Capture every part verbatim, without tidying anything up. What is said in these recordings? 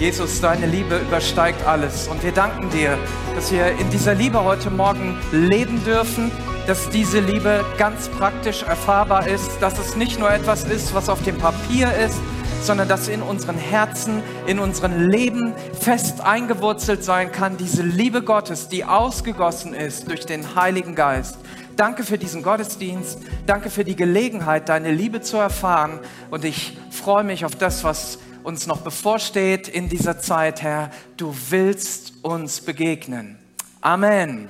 Jesus, deine Liebe übersteigt alles. Und wir danken dir, dass wir in dieser Liebe heute Morgen leben dürfen, dass diese Liebe ganz praktisch erfahrbar ist, dass es nicht nur etwas ist, was auf dem Papier ist, sondern dass in unseren Herzen, in unserem Leben fest eingewurzelt sein kann, diese Liebe Gottes, die ausgegossen ist durch den Heiligen Geist. Danke für diesen Gottesdienst, danke für die Gelegenheit, deine Liebe zu erfahren, und ich freue mich auf das, was uns noch bevorsteht in dieser Zeit, Herr. Du willst uns begegnen. Amen.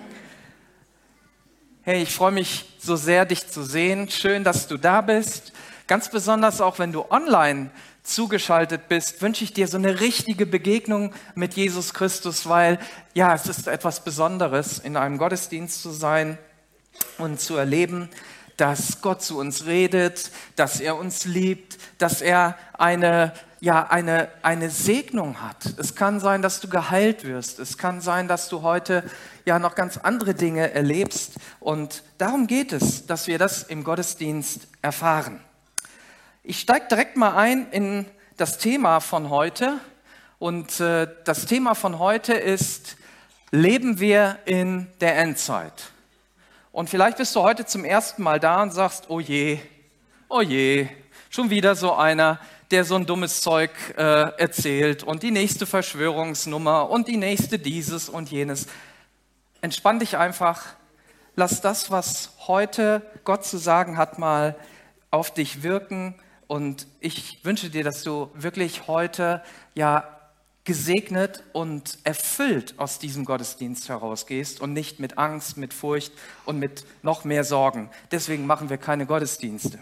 Hey, ich freue mich so sehr, dich zu sehen. Schön, dass du da bist. Ganz besonders auch, wenn du online zugeschaltet bist, wünsche ich dir so eine richtige Begegnung mit Jesus Christus, weil ja, es ist etwas Besonderes, in einem Gottesdienst zu sein und zu erleben, dass Gott zu uns redet, dass er uns liebt, dass er eine, ja, eine, eine Segnung hat. Es kann sein, dass du geheilt wirst. Es kann sein, dass du heute ja noch ganz andere Dinge erlebst. Und darum geht es, dass wir das im Gottesdienst erfahren. Ich steige direkt mal ein in das Thema von heute. Und äh, das Thema von heute ist: Leben wir in der Endzeit? Und vielleicht bist du heute zum ersten Mal da und sagst: Oh je, oh je, schon wieder so einer, der so ein dummes Zeug äh, erzählt und die nächste Verschwörungsnummer und die nächste dieses und jenes. Entspann dich einfach, lass das, was heute Gott zu sagen hat, mal auf dich wirken, und ich wünsche dir, dass du wirklich heute ja gesegnet und erfüllt aus diesem Gottesdienst herausgehst und nicht mit Angst, mit Furcht und mit noch mehr Sorgen. Deswegen machen wir keine Gottesdienste.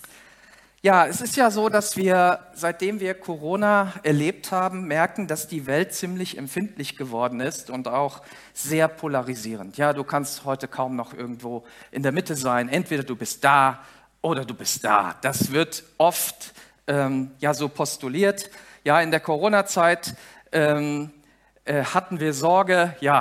Ja, es ist ja so, dass wir, seitdem wir Corona erlebt haben, merken, dass die Welt ziemlich empfindlich geworden ist und auch sehr polarisierend. Ja, du kannst heute kaum noch irgendwo in der Mitte sein. Entweder du bist da oder du bist da. Das wird oft ähm, ja so postuliert. Ja, in der Corona-Zeit ähm, äh, hatten wir Sorge, ja,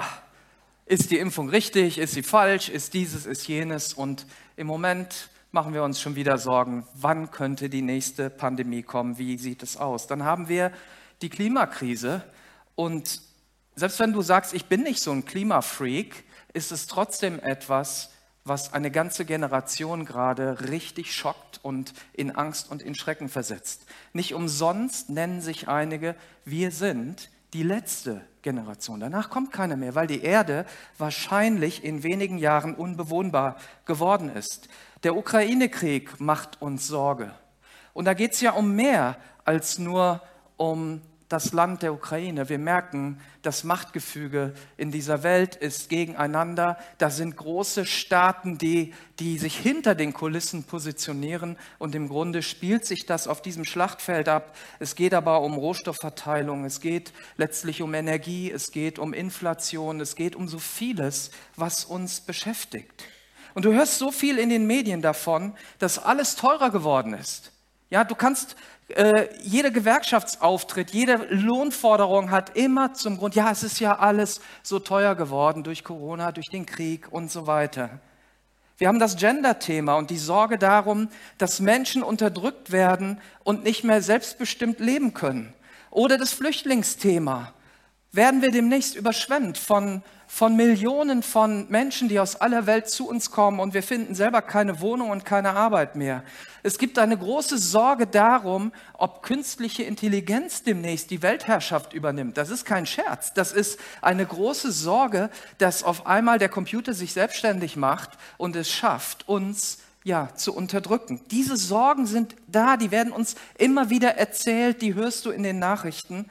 ist die Impfung richtig, ist sie falsch, ist dieses, ist jenes, und im Moment machen wir uns schon wieder Sorgen, wann könnte die nächste Pandemie kommen, wie sieht es aus? Dann haben wir die Klimakrise, und selbst wenn du sagst, ich bin nicht so ein Klimafreak, ist es trotzdem etwas, was eine ganze Generation gerade richtig schockt und in Angst und in Schrecken versetzt. Nicht umsonst nennen sich einige: Wir sind die letzte Generation. Danach kommt keine mehr, weil die Erde wahrscheinlich in wenigen Jahren unbewohnbar geworden ist. Der Ukraine-Krieg macht uns Sorge. Und da geht es ja um mehr als nur um das Land der Ukraine. Wir merken, das Machtgefüge in dieser Welt ist gegeneinander. Da sind große Staaten, die, die sich hinter den Kulissen positionieren, und im Grunde spielt sich das auf diesem Schlachtfeld ab. Es geht aber um Rohstoffverteilung, es geht letztlich um Energie, es geht um Inflation, es geht um so vieles, was uns beschäftigt. Und du hörst so viel in den Medien davon, dass alles teurer geworden ist. Ja, du kannst Äh, jeder Gewerkschaftsauftritt, jede Lohnforderung hat immer zum Grund: Ja, es ist ja alles so teuer geworden durch Corona, durch den Krieg und so weiter. Wir haben das Gender-Thema und die Sorge darum, dass Menschen unterdrückt werden und nicht mehr selbstbestimmt leben können. Oder das Flüchtlingsthema. Werden wir demnächst überschwemmt von, von Millionen von Menschen, die aus aller Welt zu uns kommen, und wir finden selber keine Wohnung und keine Arbeit mehr. Es gibt eine große Sorge darum, ob künstliche Intelligenz demnächst die Weltherrschaft übernimmt. Das ist kein Scherz. Das ist eine große Sorge, dass auf einmal der Computer sich selbstständig macht und es schafft, uns ja zu unterdrücken. Diese Sorgen sind da, die werden uns immer wieder erzählt, die hörst du in den Nachrichten.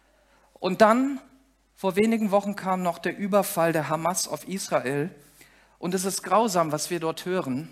Und dann, vor wenigen Wochen, kam noch der Überfall der Hamas auf Israel. Und es ist grausam, was wir dort hören.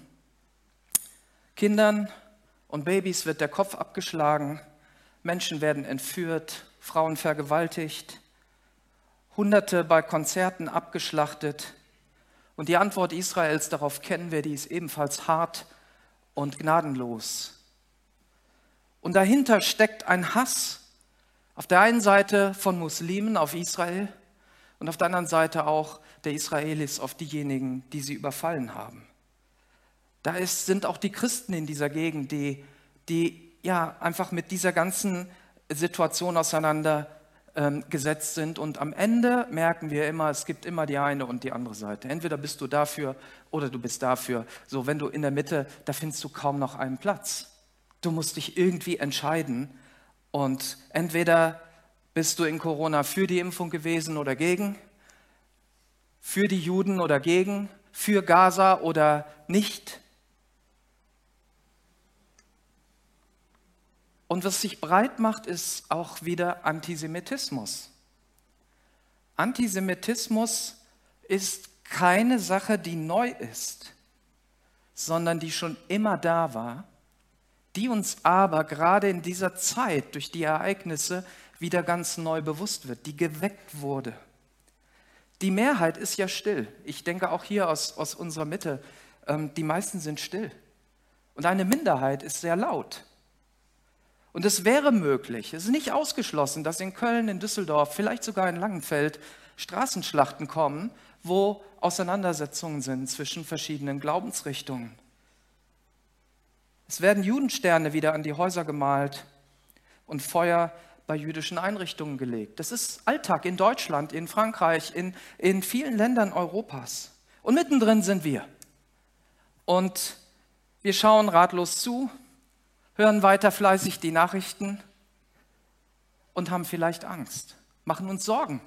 Kindern und Babys wird der Kopf abgeschlagen, Menschen werden entführt, Frauen vergewaltigt, Hunderte bei Konzerten abgeschlachtet. Und die Antwort Israels darauf kennen wir, die ist ebenfalls hart und gnadenlos. Und dahinter steckt ein Hass, auf der einen Seite von Muslimen auf Israel und auf der anderen Seite auch der Israelis auf diejenigen, die sie überfallen haben. Da ist, sind auch die Christen in dieser Gegend, die, die ja einfach mit dieser ganzen Situationen auseinandergesetzt sind. Und am Ende merken wir immer, es gibt immer die eine und die andere Seite. Entweder bist du dafür oder du bist dafür. So, wenn du in der Mitte, da findest du kaum noch einen Platz. Du musst dich irgendwie entscheiden. Und entweder bist du in Corona für die Impfung gewesen oder gegen, für die Juden oder gegen, für Gaza oder nicht. Und was sich breit macht, ist auch wieder Antisemitismus. Antisemitismus ist keine Sache, die neu ist, sondern die schon immer da war, die uns aber gerade in dieser Zeit durch die Ereignisse wieder ganz neu bewusst wird, die geweckt wurde. Die Mehrheit ist ja still. Ich denke auch hier aus, aus unserer Mitte, ähm, die meisten sind still. Und eine Minderheit ist sehr laut. Und es wäre möglich, es ist nicht ausgeschlossen, dass in Köln, in Düsseldorf, vielleicht sogar in Langenfeld Straßenschlachten kommen, wo Auseinandersetzungen sind zwischen verschiedenen Glaubensrichtungen. Es werden Judensterne wieder an die Häuser gemalt und Feuer bei jüdischen Einrichtungen gelegt. Das ist Alltag in Deutschland, in Frankreich, in, in vielen Ländern Europas. Und mittendrin sind wir. Und wir schauen ratlos zu, hören weiter fleißig die Nachrichten und haben vielleicht Angst, machen uns Sorgen.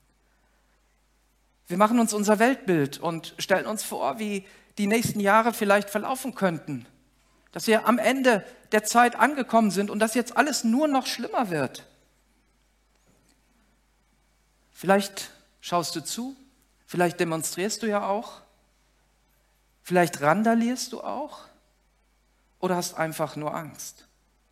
Wir machen uns unser Weltbild und stellen uns vor, wie die nächsten Jahre vielleicht verlaufen könnten. Dass wir am Ende der Zeit angekommen sind und dass jetzt alles nur noch schlimmer wird. Vielleicht schaust du zu, vielleicht demonstrierst du ja auch, vielleicht randalierst du auch oder hast einfach nur Angst.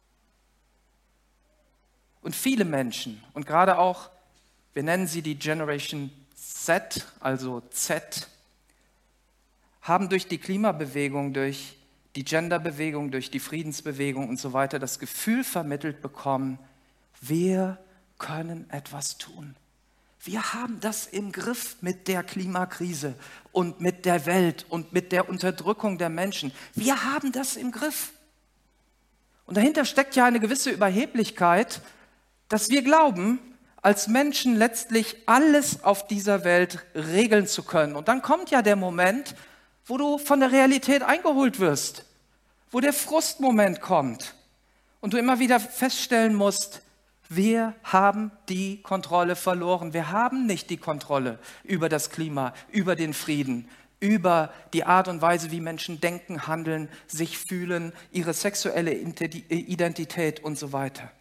Und viele Menschen, und gerade auch, wir nennen sie die Generation Z, also Z, haben durch die Klimabewegung, durch die Genderbewegung, durch die Friedensbewegung und so weiter das Gefühl vermittelt bekommen, wir können etwas tun. Wir haben das im Griff mit der Klimakrise und mit der Welt und mit der Unterdrückung der Menschen. Wir haben das im Griff. Und dahinter steckt ja eine gewisse Überheblichkeit, dass wir glauben, als Menschen letztlich alles auf dieser Welt regeln zu können. Und dann kommt ja der Moment, wo du von der Realität eingeholt wirst, wo der Frustmoment kommt und du immer wieder feststellen musst, wir haben die Kontrolle verloren. Wir haben nicht die Kontrolle über das Klima, über den Frieden, über die Art und Weise, wie Menschen denken, handeln, sich fühlen, ihre sexuelle Identität und so weiter.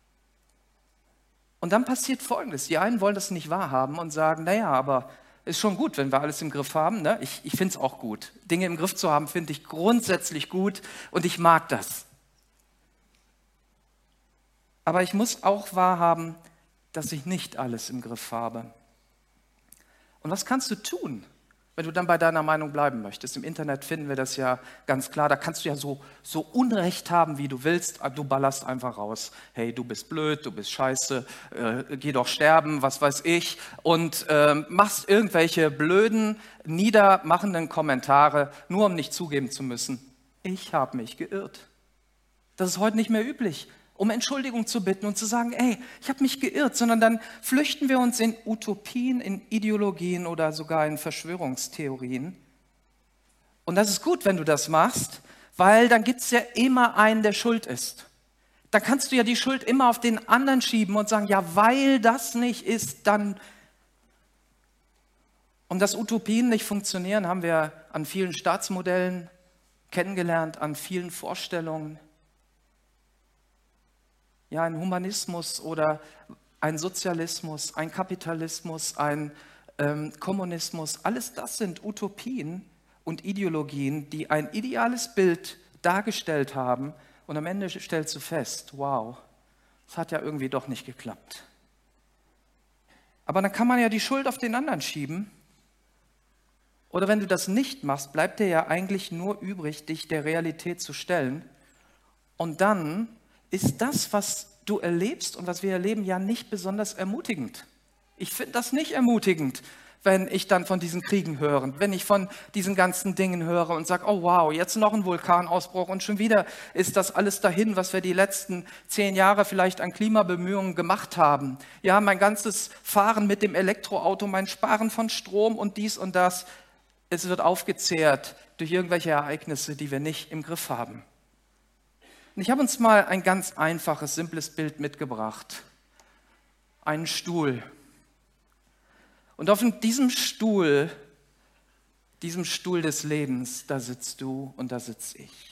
Und dann passiert Folgendes. Die einen wollen das nicht wahrhaben und sagen, naja, aber ist schon gut, wenn wir alles im Griff haben. Ne? Ich, ich finde es auch gut. Dinge im Griff zu haben, finde ich grundsätzlich gut und ich mag das. Aber ich muss auch wahrhaben, dass ich nicht alles im Griff habe. Und was kannst du tun, wenn du dann bei deiner Meinung bleiben möchtest? Im Internet finden wir das ja ganz klar. Da kannst du ja so, so Unrecht haben, wie du willst. Du ballerst einfach raus. Hey, du bist blöd, du bist scheiße, äh, geh doch sterben, was weiß ich. Und äh, machst irgendwelche blöden, niedermachenden Kommentare, nur um nicht zugeben zu müssen, ich habe mich geirrt. Das ist heute nicht mehr üblich, um Entschuldigung zu bitten und zu sagen, ey, ich habe mich geirrt, sondern dann flüchten wir uns in Utopien, in Ideologien oder sogar in Verschwörungstheorien. Und das ist gut, wenn du das machst, weil dann gibt es ja immer einen, der schuld ist. Dann kannst du ja die Schuld immer auf den anderen schieben und sagen, ja, weil das nicht ist, dann... Und dass Utopien nicht funktionieren, haben wir an vielen Staatsmodellen kennengelernt, an vielen Vorstellungen. Ja, ein Humanismus oder ein Sozialismus, ein Kapitalismus, ein ähm, Kommunismus, alles das sind Utopien und Ideologien, die ein ideales Bild dargestellt haben und am Ende stellst du fest, wow, das hat ja irgendwie doch nicht geklappt. Aber dann kann man ja die Schuld auf den anderen schieben. Oder wenn du das nicht machst, bleibt dir ja eigentlich nur übrig, dich der Realität zu stellen. Und dann ist das, was du erlebst und was wir erleben, ja nicht besonders ermutigend. Ich finde das nicht ermutigend, wenn ich dann von diesen Kriegen höre, wenn ich von diesen ganzen Dingen höre und sage, oh wow, jetzt noch ein Vulkanausbruch und schon wieder ist das alles dahin, was wir die letzten zehn Jahre vielleicht an Klimabemühungen gemacht haben. Ja, mein ganzes Fahren mit dem Elektroauto, mein Sparen von Strom und dies und das, es wird aufgezehrt durch irgendwelche Ereignisse, die wir nicht im Griff haben. Und ich habe uns mal ein ganz einfaches, simples Bild mitgebracht. Einen Stuhl. Und auf diesem Stuhl, diesem Stuhl des Lebens, da sitzt du und da sitze ich.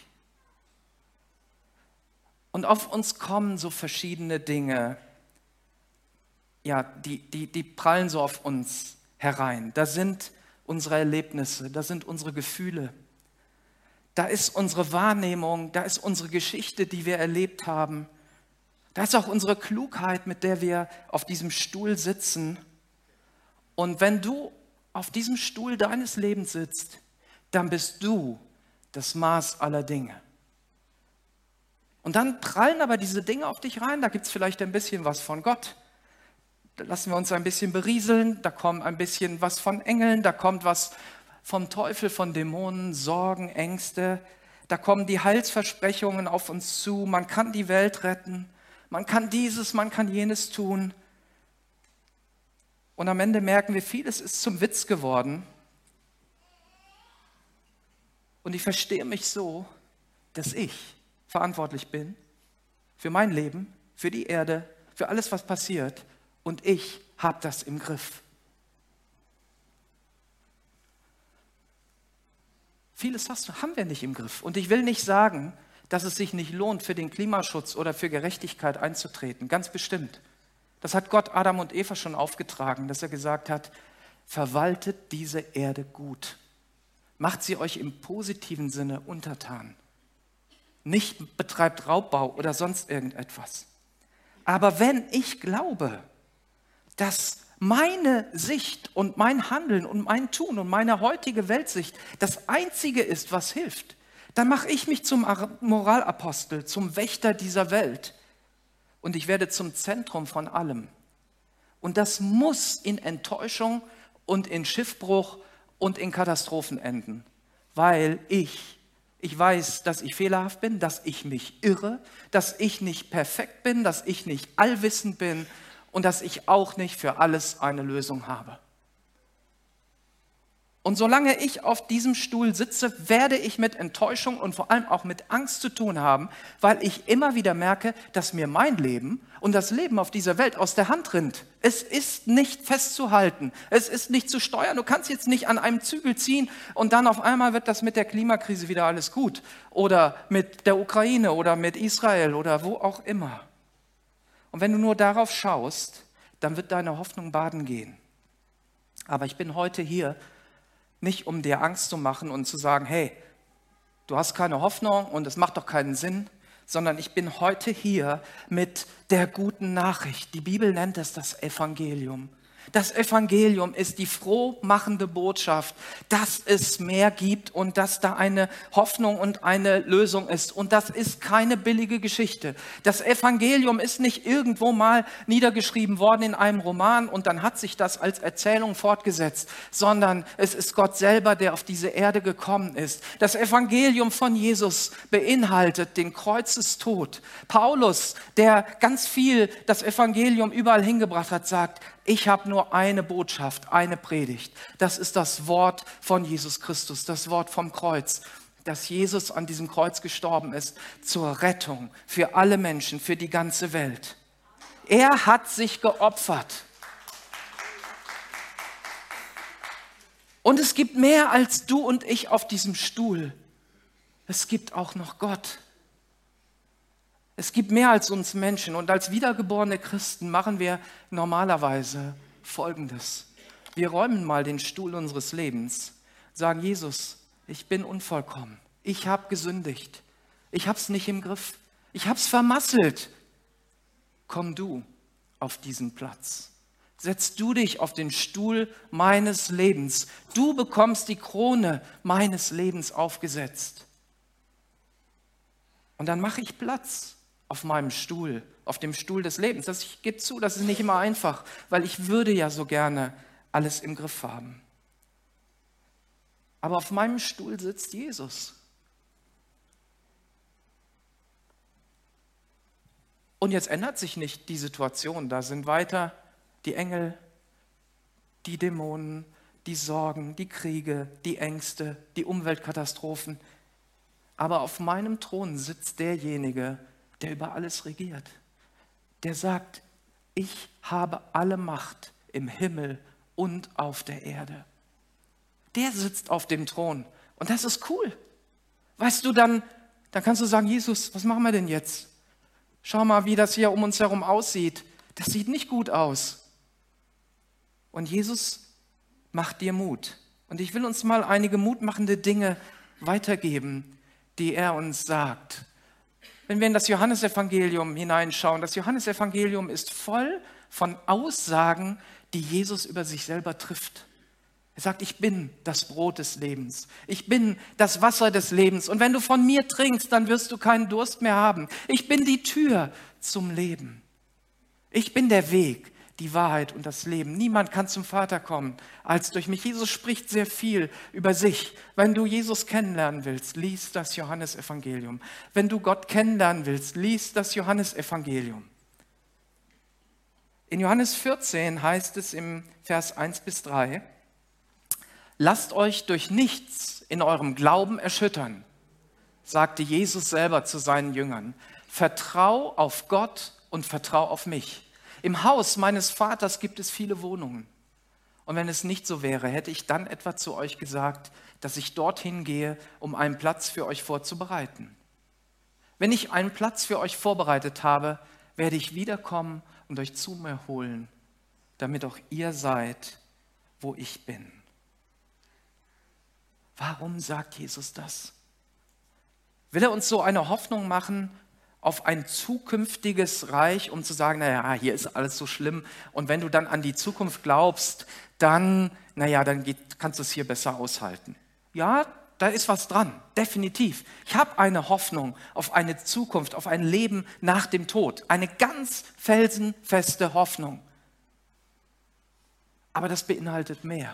Und auf uns kommen so verschiedene Dinge, ja, die, die, die prallen so auf uns herein. Da sind unsere Erlebnisse, da sind unsere Gefühle, da ist unsere Wahrnehmung, da ist unsere Geschichte, die wir erlebt haben. Da ist auch unsere Klugheit, mit der wir auf diesem Stuhl sitzen. Und wenn du auf diesem Stuhl deines Lebens sitzt, dann bist du das Maß aller Dinge. Und dann prallen aber diese Dinge auf dich rein. Da gibt es vielleicht ein bisschen was von Gott. Da lassen wir uns ein bisschen berieseln. Da kommt ein bisschen was von Engeln. Da kommt was vom Teufel, von Dämonen, Sorgen, Ängste. Da kommen die Heilsversprechungen auf uns zu. Man kann die Welt retten. Man kann dieses, man kann jenes tun. Und am Ende merken wir, vieles ist zum Witz geworden. Und ich verstehe mich so, dass ich verantwortlich bin für mein Leben, für die Erde, für alles, was passiert. Und ich habe das im Griff. Vieles hast du, haben wir nicht im Griff. Und ich will nicht sagen, dass es sich nicht lohnt, für den Klimaschutz oder für Gerechtigkeit einzutreten. Ganz bestimmt. Das hat Gott Adam und Eva schon aufgetragen, dass er gesagt hat, verwaltet diese Erde gut. Macht sie euch im positiven Sinne untertan. Nicht betreibt Raubbau oder sonst irgendetwas. Aber wenn ich glaube, dass meine Sicht und mein Handeln und mein Tun und meine heutige Weltsicht das Einzige ist, was hilft, dann mache ich mich zum Moralapostel, zum Wächter dieser Welt. Und ich werde zum Zentrum von allem. Und das muss in Enttäuschung und in Schiffbruch und in Katastrophen enden. Weil ich, ich weiß, dass ich fehlerhaft bin, dass ich mich irre, dass ich nicht perfekt bin, dass ich nicht allwissend bin und dass ich auch nicht für alles eine Lösung habe. Und solange ich auf diesem Stuhl sitze, werde ich mit Enttäuschung und vor allem auch mit Angst zu tun haben, weil ich immer wieder merke, dass mir mein Leben und das Leben auf dieser Welt aus der Hand rinnt. Es ist nicht festzuhalten, es ist nicht zu steuern. Du kannst jetzt nicht an einem Zügel ziehen und dann auf einmal wird das mit der Klimakrise wieder alles gut. Oder mit der Ukraine oder mit Israel oder wo auch immer. Und wenn du nur darauf schaust, dann wird deine Hoffnung baden gehen. Aber ich bin heute hier, nicht um dir Angst zu machen und zu sagen, hey, du hast keine Hoffnung und es macht doch keinen Sinn, sondern ich bin heute hier mit der guten Nachricht. Die Bibel nennt es das Evangelium. Das Evangelium ist die frohmachende Botschaft, dass es mehr gibt und dass da eine Hoffnung und eine Lösung ist. Und das ist keine billige Geschichte. Das Evangelium ist nicht irgendwo mal niedergeschrieben worden in einem Roman und dann hat sich das als Erzählung fortgesetzt, sondern es ist Gott selber, der auf diese Erde gekommen ist. Das Evangelium von Jesus beinhaltet den Kreuzestod. Paulus, der ganz viel das Evangelium überall hingebracht hat, sagt, ich habe nur eine Botschaft, eine Predigt. Das ist das Wort von Jesus Christus, das Wort vom Kreuz, dass Jesus an diesem Kreuz gestorben ist zur Rettung für alle Menschen, für die ganze Welt. Er hat sich geopfert. Und es gibt mehr als du und ich auf diesem Stuhl. Es gibt auch noch Gott. Es gibt mehr als uns Menschen und als wiedergeborene Christen machen wir normalerweise Folgendes. Wir räumen mal den Stuhl unseres Lebens, sagen, Jesus, ich bin unvollkommen, ich habe gesündigt, ich habe es nicht im Griff, ich habe es vermasselt. Komm du auf diesen Platz. Setz du dich auf den Stuhl meines Lebens. Du bekommst die Krone meines Lebens aufgesetzt. Und dann mache ich Platz auf meinem Stuhl, auf dem Stuhl des Lebens. Das, ich gebe zu, das ist nicht immer einfach, weil ich würde ja so gerne alles im Griff haben. Aber auf meinem Stuhl sitzt Jesus. Und jetzt ändert sich nicht die Situation. Da sind weiter die Engel, die Dämonen, die Sorgen, die Kriege, die Ängste, die Umweltkatastrophen. Aber auf meinem Thron sitzt derjenige, der über alles regiert. Der sagt, ich habe alle Macht im Himmel und auf der Erde. Der sitzt auf dem Thron. Und das ist cool. Weißt du, dann, dann kannst du sagen, Jesus, was machen wir denn jetzt? Schau mal, wie das hier um uns herum aussieht. Das sieht nicht gut aus. Und Jesus macht dir Mut. Und ich will uns mal einige mutmachende Dinge weitergeben, die er uns sagt. Wenn wir in das Johannesevangelium hineinschauen, das Johannesevangelium ist voll von Aussagen, die Jesus über sich selber trifft. Er sagt, ich bin das Brot des Lebens. Ich bin das Wasser des Lebens. Und wenn du von mir trinkst, dann wirst du keinen Durst mehr haben. Ich bin die Tür zum Leben. Ich bin der Weg, die Wahrheit und das Leben. Niemand kann zum Vater kommen als durch mich. Jesus spricht sehr viel über sich. Wenn du Jesus kennenlernen willst, lies das Johannesevangelium. Wenn du Gott kennenlernen willst, lies das Johannesevangelium. In Johannes vierzehn heißt es im Vers eins bis drei, lasst euch durch nichts in eurem Glauben erschüttern, sagte Jesus selber zu seinen Jüngern. Vertrau auf Gott und vertrau auf mich. Im Haus meines Vaters gibt es viele Wohnungen. Und wenn es nicht so wäre, hätte ich dann etwa zu euch gesagt, dass ich dorthin gehe, um einen Platz für euch vorzubereiten. Wenn ich einen Platz für euch vorbereitet habe, werde ich wiederkommen und euch zu mir holen, damit auch ihr seid, wo ich bin. Warum sagt Jesus das? Will er uns so eine Hoffnung machen auf ein zukünftiges Reich, um zu sagen, naja, hier ist alles so schlimm und wenn du dann an die Zukunft glaubst, dann, naja, dann geht, kannst du es hier besser aushalten. Ja, da ist was dran, definitiv. Ich habe eine Hoffnung auf eine Zukunft, auf ein Leben nach dem Tod. Eine ganz felsenfeste Hoffnung. Aber das beinhaltet mehr.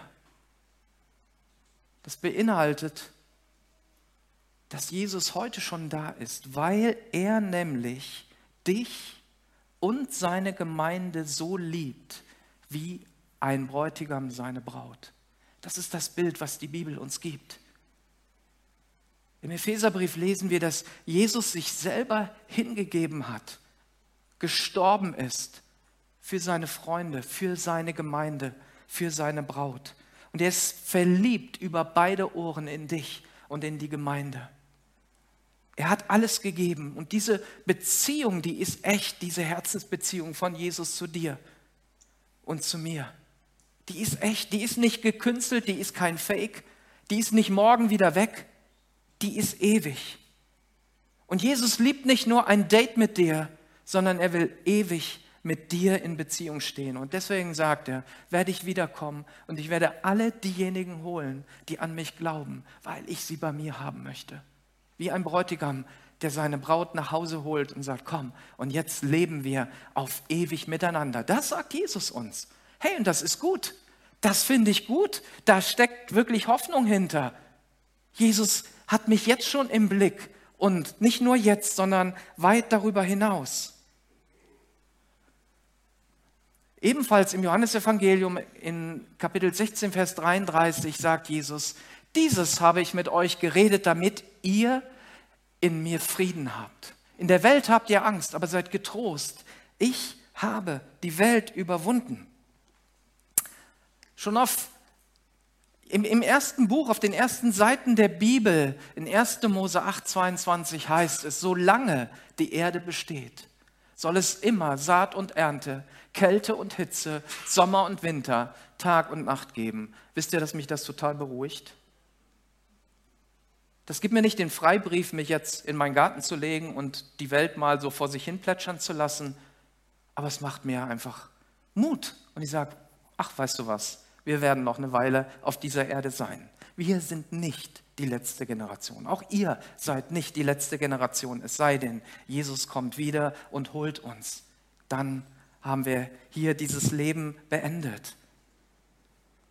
Das beinhaltet, dass Jesus heute schon da ist, weil er nämlich dich und seine Gemeinde so liebt, wie ein Bräutigam seine Braut. Das ist das Bild, was die Bibel uns gibt. Im Epheserbrief lesen wir, dass Jesus sich selber hingegeben hat, gestorben ist für seine Freunde, für seine Gemeinde, für seine Braut. Und er ist verliebt über beide Ohren in dich und in die Gemeinde. Er hat alles gegeben. Und diese Beziehung, die ist echt, diese Herzensbeziehung von Jesus zu dir und zu mir. Die ist echt, die ist nicht gekünstelt, die ist kein Fake, die ist nicht morgen wieder weg, die ist ewig. Und Jesus liebt nicht nur ein Date mit dir, sondern er will ewig mit dir in Beziehung stehen. Und deswegen sagt er, werde ich wiederkommen und ich werde alle diejenigen holen, die an mich glauben, weil ich sie bei mir haben möchte. Wie ein Bräutigam, der seine Braut nach Hause holt und sagt, komm, und jetzt leben wir auf ewig miteinander. Das sagt Jesus uns. Hey, und das ist gut. Das finde ich gut. Da steckt wirklich Hoffnung hinter. Jesus hat mich jetzt schon im Blick und nicht nur jetzt, sondern weit darüber hinaus. Ebenfalls im Johannesevangelium in Kapitel sechzehn, Vers dreiunddreißig sagt Jesus, dieses habe ich mit euch geredet, damit ihr in mir Frieden habt. In der Welt habt ihr Angst, aber seid getrost. Ich habe die Welt überwunden. Schon auf, im, im ersten Buch, auf den ersten Seiten der Bibel, in erster Mose acht, zweiundzwanzig heißt es, solange die Erde besteht, soll es immer Saat und Ernte, Kälte und Hitze, Sommer und Winter, Tag und Nacht geben. Wisst ihr, dass mich das total beruhigt? Das gibt mir nicht den Freibrief, mich jetzt in meinen Garten zu legen und die Welt mal so vor sich hin plätschern zu lassen, aber es macht mir einfach Mut. Und ich sage, ach, weißt du was, wir werden noch eine Weile auf dieser Erde sein. Wir sind nicht die letzte Generation. Auch ihr seid nicht die letzte Generation, es sei denn, Jesus kommt wieder und holt uns. Dann haben wir hier dieses Leben beendet.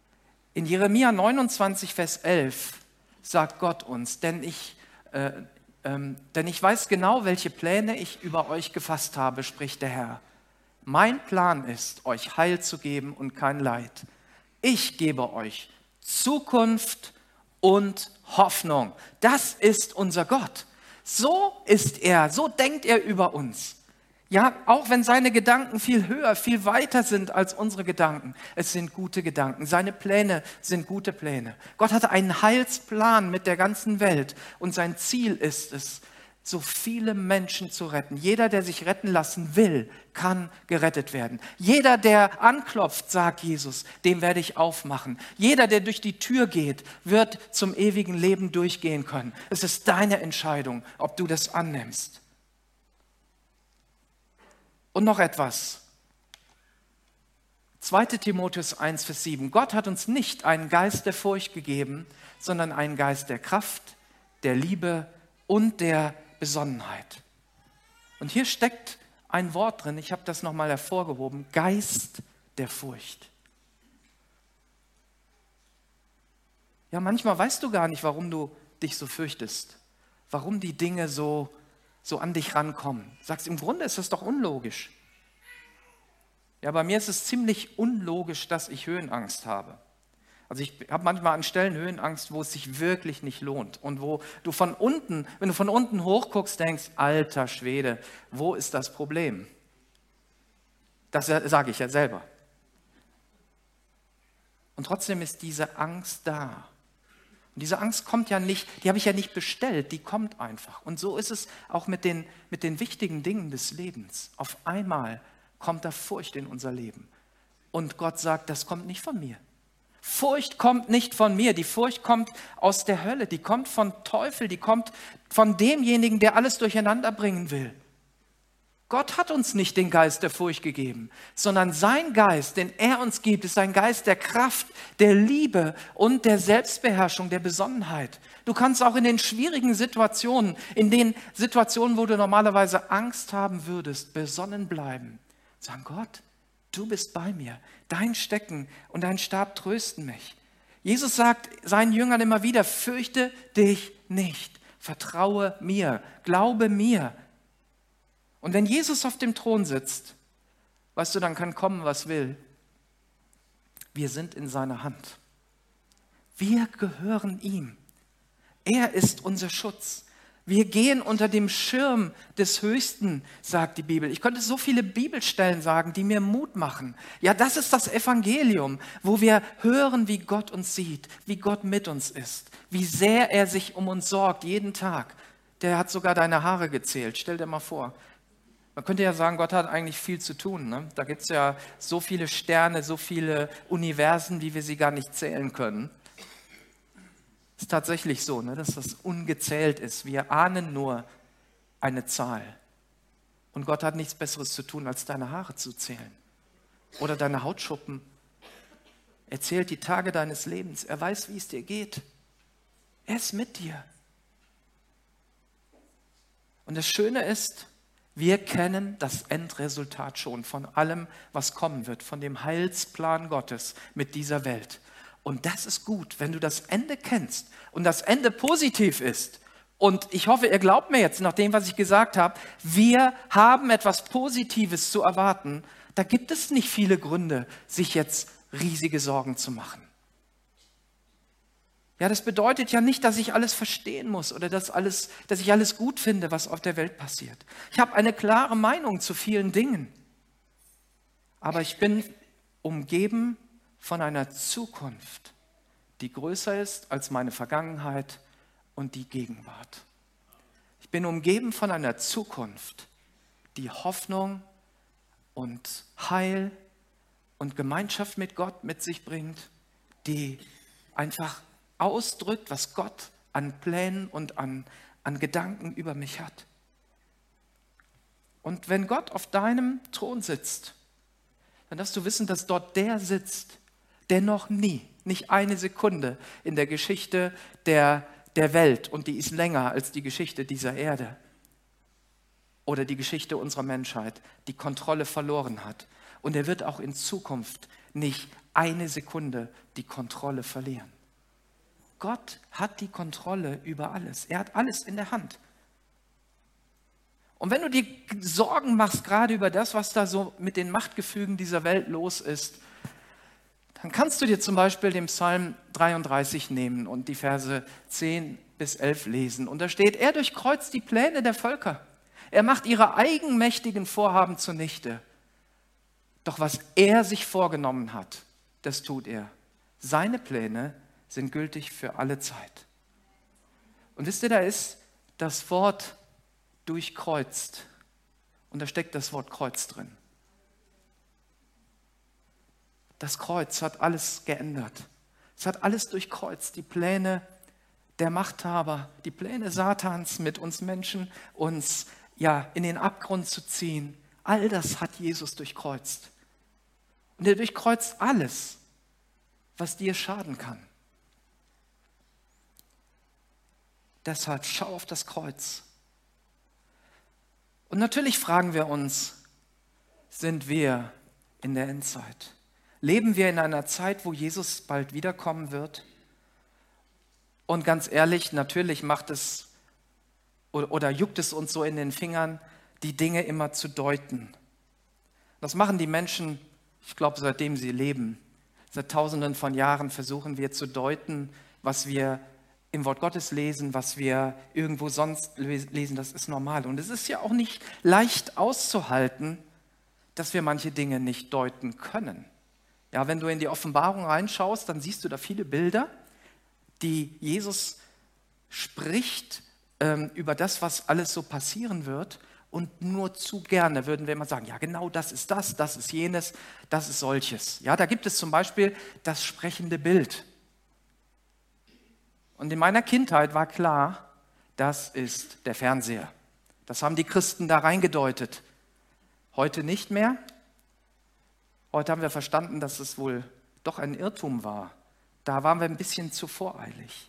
In Jeremia neunundzwanzig, Vers elf sagt Gott uns, denn ich, äh, ähm, denn ich weiß genau, welche Pläne ich über euch gefasst habe, spricht der Herr. Mein Plan ist, euch Heil zu geben und kein Leid. Ich gebe euch Zukunft und Hoffnung. Das ist unser Gott. So ist er, so denkt er über uns. Ja, auch wenn seine Gedanken viel höher, viel weiter sind als unsere Gedanken. Es sind gute Gedanken. Seine Pläne sind gute Pläne. Gott hatte einen Heilsplan mit der ganzen Welt und sein Ziel ist es, so viele Menschen zu retten. Jeder, der sich retten lassen will, kann gerettet werden. Jeder, der anklopft, sagt Jesus, dem werde ich aufmachen. Jeder, der durch die Tür geht, wird zum ewigen Leben durchgehen können. Es ist deine Entscheidung, ob du das annimmst. Und noch etwas. zweiter Timotheus eins, Vers sieben. Gott hat uns nicht einen Geist der Furcht gegeben, sondern einen Geist der Kraft, der Liebe und der Besonnenheit. Und hier steckt ein Wort drin, ich habe das nochmal hervorgehoben, Geist der Furcht. Ja, manchmal weißt du gar nicht, warum du dich so fürchtest, warum die Dinge so, so an dich rankommen. Du sagst, im Grunde ist das doch unlogisch. Ja, bei mir ist es ziemlich unlogisch, dass ich Höhenangst habe. Also ich habe manchmal an Stellen Höhenangst, wo es sich wirklich nicht lohnt und wo du von unten, wenn du von unten hochguckst, denkst, alter Schwede, wo ist das Problem? Das sage ich ja selber. Und trotzdem ist diese Angst da. Und diese Angst kommt ja nicht, die habe ich ja nicht bestellt, die kommt einfach. Und so ist es auch mit den, mit den wichtigen Dingen des Lebens. Auf einmal kommt da Furcht in unser Leben. Und Gott sagt, das kommt nicht von mir. Furcht kommt nicht von mir, die Furcht kommt aus der Hölle, die kommt von Teufel, die kommt von demjenigen, der alles durcheinander bringen will. Gott hat uns nicht den Geist der Furcht gegeben, sondern sein Geist, den er uns gibt, ist ein Geist der Kraft, der Liebe und der Selbstbeherrschung, der Besonnenheit. Du kannst auch in den schwierigen Situationen, in den Situationen, wo du normalerweise Angst haben würdest, besonnen bleiben. Sagen, Gott, du bist bei mir, dein Stecken und dein Stab trösten mich. Jesus sagt seinen Jüngern immer wieder, fürchte dich nicht, vertraue mir, glaube mir. Und wenn Jesus auf dem Thron sitzt, weißt du, dann kann kommen, was will. Wir sind in seiner Hand. Wir gehören ihm. Er ist unser Schutz. Wir gehen unter dem Schirm des Höchsten, sagt die Bibel. Ich könnte so viele Bibelstellen sagen, die mir Mut machen. Ja, das ist das Evangelium, wo wir hören, wie Gott uns sieht, wie Gott mit uns ist, wie sehr er sich um uns sorgt, jeden Tag. Der hat sogar deine Haare gezählt, stell dir mal vor. Man könnte ja sagen, Gott hat eigentlich viel zu tun. Ne? Da gibt es ja so viele Sterne, so viele Universen, wie wir sie gar nicht zählen können. Es ist tatsächlich so, ne, dass das ungezählt ist. Wir ahnen nur eine Zahl. Und Gott hat nichts Besseres zu tun, als deine Haare zu zählen. Oder deine Hautschuppen. Er zählt die Tage deines Lebens. Er weiß, wie es dir geht. Er ist mit dir. Und das Schöne ist, wir kennen das Endresultat schon von allem, was kommen wird, von dem Heilsplan Gottes mit dieser Welt. Und das ist gut, wenn du das Ende kennst und das Ende positiv ist. Und ich hoffe, ihr glaubt mir jetzt nach dem, was ich gesagt habe, wir haben etwas Positives zu erwarten. Da gibt es nicht viele Gründe, sich jetzt riesige Sorgen zu machen. Ja, das bedeutet ja nicht, dass ich alles verstehen muss oder dass, alles, dass ich alles gut finde, was auf der Welt passiert. Ich habe eine klare Meinung zu vielen Dingen. Aber ich bin umgeben von einer Zukunft, die größer ist als meine Vergangenheit und die Gegenwart. Ich bin umgeben von einer Zukunft, die Hoffnung und Heil und Gemeinschaft mit Gott mit sich bringt, die einfach ausdrückt, was Gott an Plänen und an, an Gedanken über mich hat. Und wenn Gott auf deinem Thron sitzt, dann darfst du wissen, dass dort der sitzt, der noch nie, nicht eine Sekunde in der Geschichte der, der Welt, und die ist länger als die Geschichte dieser Erde oder die Geschichte unserer Menschheit, die Kontrolle verloren hat. Und er wird auch in Zukunft nicht eine Sekunde die Kontrolle verlieren. Gott hat die Kontrolle über alles. Er hat alles in der Hand. Und wenn du dir Sorgen machst, gerade über das, was da so mit den Machtgefügen dieser Welt los ist, dann kannst du dir zum Beispiel den Psalm dreiunddreißig nehmen und die Verse zehn bis elf lesen. Und da steht, er durchkreuzt die Pläne der Völker. Er macht ihre eigenmächtigen Vorhaben zunichte. Doch was er sich vorgenommen hat, das tut er. Seine Pläne sind gültig für alle Zeit. Und wisst ihr, da ist das Wort durchkreuzt. Und da steckt das Wort Kreuz drin. Das Kreuz hat alles geändert. Es hat alles durchkreuzt. Die Pläne der Machthaber, die Pläne Satans mit uns Menschen, uns ja in den Abgrund zu ziehen. All das hat Jesus durchkreuzt. Und er durchkreuzt alles, was dir schaden kann. Deshalb schau auf das Kreuz. Und natürlich fragen wir uns, sind wir in der Endzeit? Leben wir in einer Zeit, wo Jesus bald wiederkommen wird? Und ganz ehrlich, natürlich macht es oder, oder juckt es uns so in den Fingern, die Dinge immer zu deuten. Das machen die Menschen, ich glaube, seitdem sie leben. Seit Tausenden von Jahren versuchen wir zu deuten, was wir im Wort Gottes lesen, was wir irgendwo sonst lesen, das ist normal. Und es ist ja auch nicht leicht auszuhalten, dass wir manche Dinge nicht deuten können. Ja, wenn du in die Offenbarung reinschaust, dann siehst du da viele Bilder, die Jesus spricht ähm, über das, was alles so passieren wird. Und nur zu gerne würden wir immer sagen, ja genau das ist das, das ist jenes, das ist solches. Ja, da gibt es zum Beispiel das sprechende Bild. Und in meiner Kindheit war klar, das ist der Fernseher. Das haben die Christen da reingedeutet. Heute nicht mehr. Heute haben wir verstanden, dass es wohl doch ein Irrtum war. Da waren wir ein bisschen zu voreilig.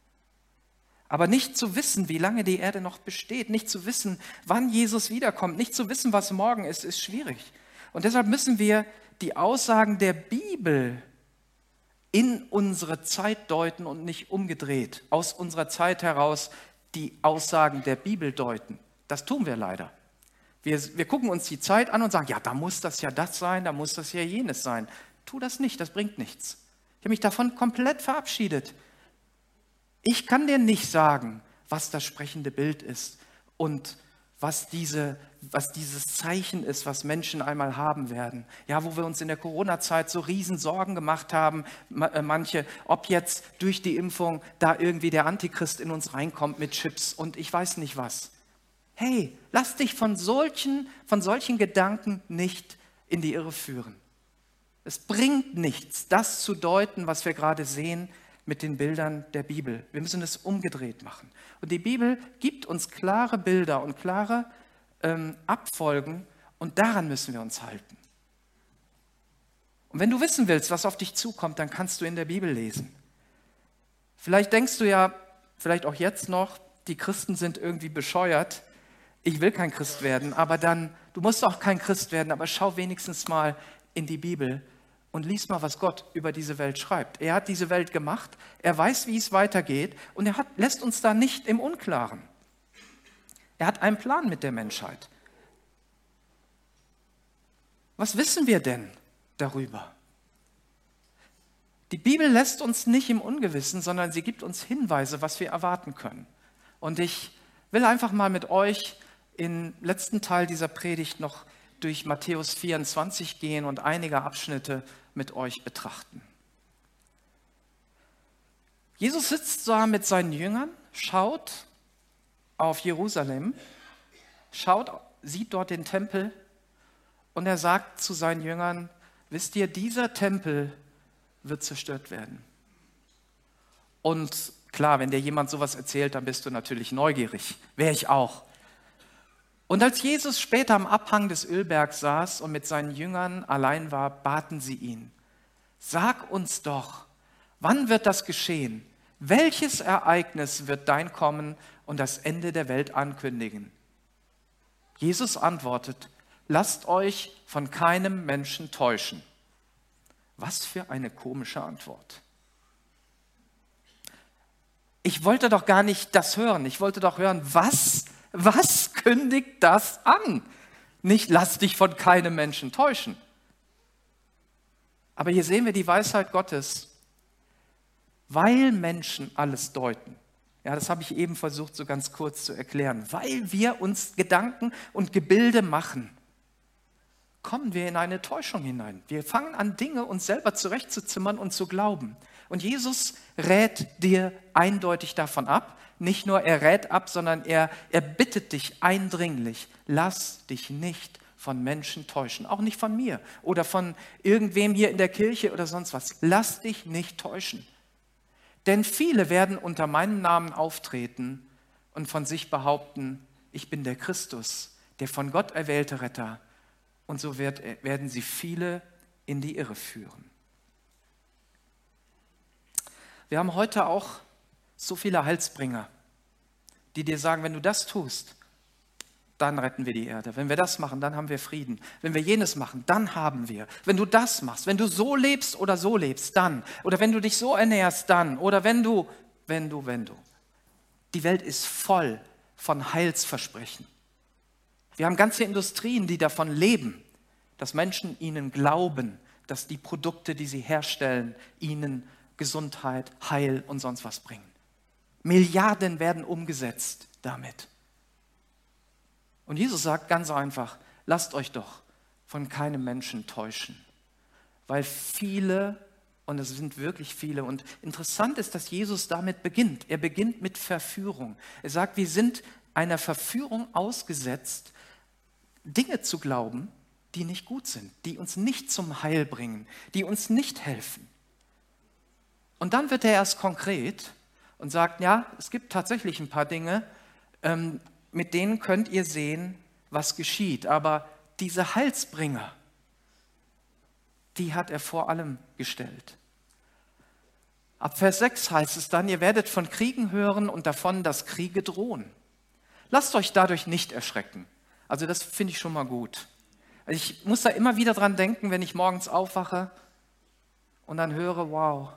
Aber nicht zu wissen, wie lange die Erde noch besteht, nicht zu wissen, wann Jesus wiederkommt, nicht zu wissen, was morgen ist, ist schwierig. Und deshalb müssen wir die Aussagen der Bibel in unsere Zeit deuten und nicht umgedreht. Aus unserer Zeit heraus die Aussagen der Bibel deuten. Das tun wir leider. Wir, wir gucken uns die Zeit an und sagen, ja, da muss das ja das sein, da muss das ja jenes sein. Tu das nicht, das bringt nichts. Ich habe mich davon komplett verabschiedet. Ich kann dir nicht sagen, was das sprechende Bild ist und was, diese, was dieses Zeichen ist, was Menschen einmal haben werden. Ja, wo wir uns in der Corona-Zeit so riesen Sorgen gemacht haben, manche, ob jetzt durch die Impfung da irgendwie der Antichrist in uns reinkommt mit Chips und ich weiß nicht was. Hey, lass dich von solchen, von solchen Gedanken nicht in die Irre führen. Es bringt nichts, das zu deuten, was wir gerade sehen mit den Bildern der Bibel. Wir müssen es umgedreht machen. Und die Bibel gibt uns klare Bilder und klare ähm, Abfolgen und daran müssen wir uns halten. Und wenn du wissen willst, was auf dich zukommt, dann kannst du in der Bibel lesen. Vielleicht denkst du ja, vielleicht auch jetzt noch, die Christen sind irgendwie bescheuert. Ich will kein Christ werden, aber dann, du musst auch kein Christ werden, aber schau wenigstens mal in die Bibel und lies mal, was Gott über diese Welt schreibt. Er hat diese Welt gemacht, er weiß, wie es weitergeht und er hat, lässt uns da nicht im Unklaren. Er hat einen Plan mit der Menschheit. Was wissen wir denn darüber? Die Bibel lässt uns nicht im Ungewissen, sondern sie gibt uns Hinweise, was wir erwarten können. Und ich will einfach mal mit euch im letzten Teil dieser Predigt noch durch Matthäus vierundzwanzig gehen und einige Abschnitte mit euch betrachten. Jesus sitzt da mit seinen Jüngern, schaut auf Jerusalem, schaut, sieht dort den Tempel und er sagt zu seinen Jüngern, wisst ihr, dieser Tempel wird zerstört werden. Und klar, wenn dir jemand sowas erzählt, dann bist du natürlich neugierig, wäre ich auch. Und als Jesus später am Abhang des Ölbergs saß und mit seinen Jüngern allein war, baten sie ihn, sag uns doch, wann wird das geschehen? Welches Ereignis wird dein Kommen und das Ende der Welt ankündigen? Jesus antwortet, lasst euch von keinem Menschen täuschen. Was für eine komische Antwort. Ich wollte doch gar nicht das hören. Ich wollte doch hören, was, was kündigt das an? Nicht, lass dich von keinem Menschen täuschen. Aber hier sehen wir die Weisheit Gottes, weil Menschen alles deuten. Ja, das habe ich eben versucht, so ganz kurz zu erklären. Weil wir uns Gedanken und Gebilde machen, kommen wir in eine Täuschung hinein. Wir fangen an, Dinge uns selber zurechtzuzimmern und zu glauben. Und Jesus rät dir eindeutig davon ab. Nicht nur er rät ab, sondern er, er bittet dich eindringlich, lass dich nicht von Menschen täuschen. Auch nicht von mir oder von irgendwem hier in der Kirche oder sonst was. Lass dich nicht täuschen. Denn viele werden unter meinem Namen auftreten und von sich behaupten, ich bin der Christus, der von Gott erwählte Retter. Und so wird, werden sie viele in die Irre führen. Wir haben heute auch so viele Heilsbringer, die dir sagen, wenn du das tust, dann retten wir die Erde. Wenn wir das machen, dann haben wir Frieden. Wenn wir jenes machen, dann haben wir. Wenn du das machst, wenn du so lebst oder so lebst, dann. Oder wenn du dich so ernährst, dann. Oder wenn du, wenn du, wenn du. Die Welt ist voll von Heilsversprechen. Wir haben ganze Industrien, die davon leben, dass Menschen ihnen glauben, dass die Produkte, die sie herstellen, ihnen Gesundheit, Heil und sonst was bringen. Milliarden werden umgesetzt damit. Und Jesus sagt ganz einfach, lasst euch doch von keinem Menschen täuschen. Weil viele, und es sind wirklich viele, und interessant ist, dass Jesus damit beginnt. Er beginnt mit Verführung. Er sagt, wir sind einer Verführung ausgesetzt, Dinge zu glauben, die nicht gut sind, die uns nicht zum Heil bringen, die uns nicht helfen. Und dann wird er erst konkret und sagt, ja, es gibt tatsächlich ein paar Dinge, ähm, mit denen könnt ihr sehen, was geschieht. Aber diese Heilsbringer, die hat er vor allem gestellt. Ab Vers sechs heißt es dann, ihr werdet von Kriegen hören und davon, dass Kriege drohen. Lasst euch dadurch nicht erschrecken. Also das finde ich schon mal gut. Ich muss da immer wieder dran denken, wenn ich morgens aufwache und dann höre, wow.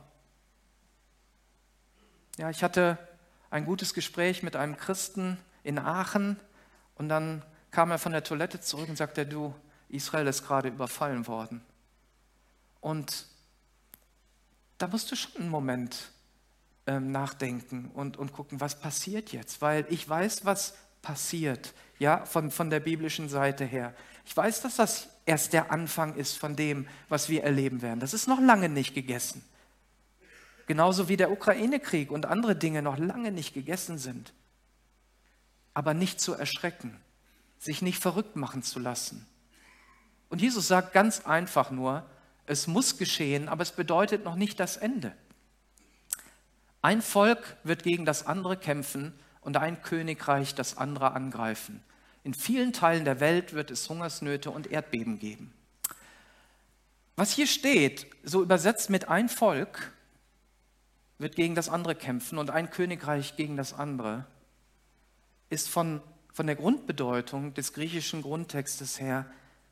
Ja, ich hatte ein gutes Gespräch mit einem Christen in Aachen und dann kam er von der Toilette zurück und sagte, du, Israel ist gerade überfallen worden. Und da musst du schon einen Moment ähm, nachdenken und, und gucken, was passiert jetzt, weil ich weiß, was passiert, ja, von, von der biblischen Seite her. Ich weiß, dass das erst der Anfang ist von dem, was wir erleben werden. Das ist noch lange nicht gegessen. Genauso wie der Ukraine-Krieg und andere Dinge noch lange nicht gegessen sind. Aber nicht zu erschrecken, sich nicht verrückt machen zu lassen. Und Jesus sagt ganz einfach nur, es muss geschehen, aber es bedeutet noch nicht das Ende. Ein Volk wird gegen das andere kämpfen und ein Königreich das andere angreifen. In vielen Teilen der Welt wird es Hungersnöte und Erdbeben geben. Was hier steht, so übersetzt mit ein Volk, wird gegen das andere kämpfen und ein Königreich gegen das andere, ist von, von der Grundbedeutung des griechischen Grundtextes her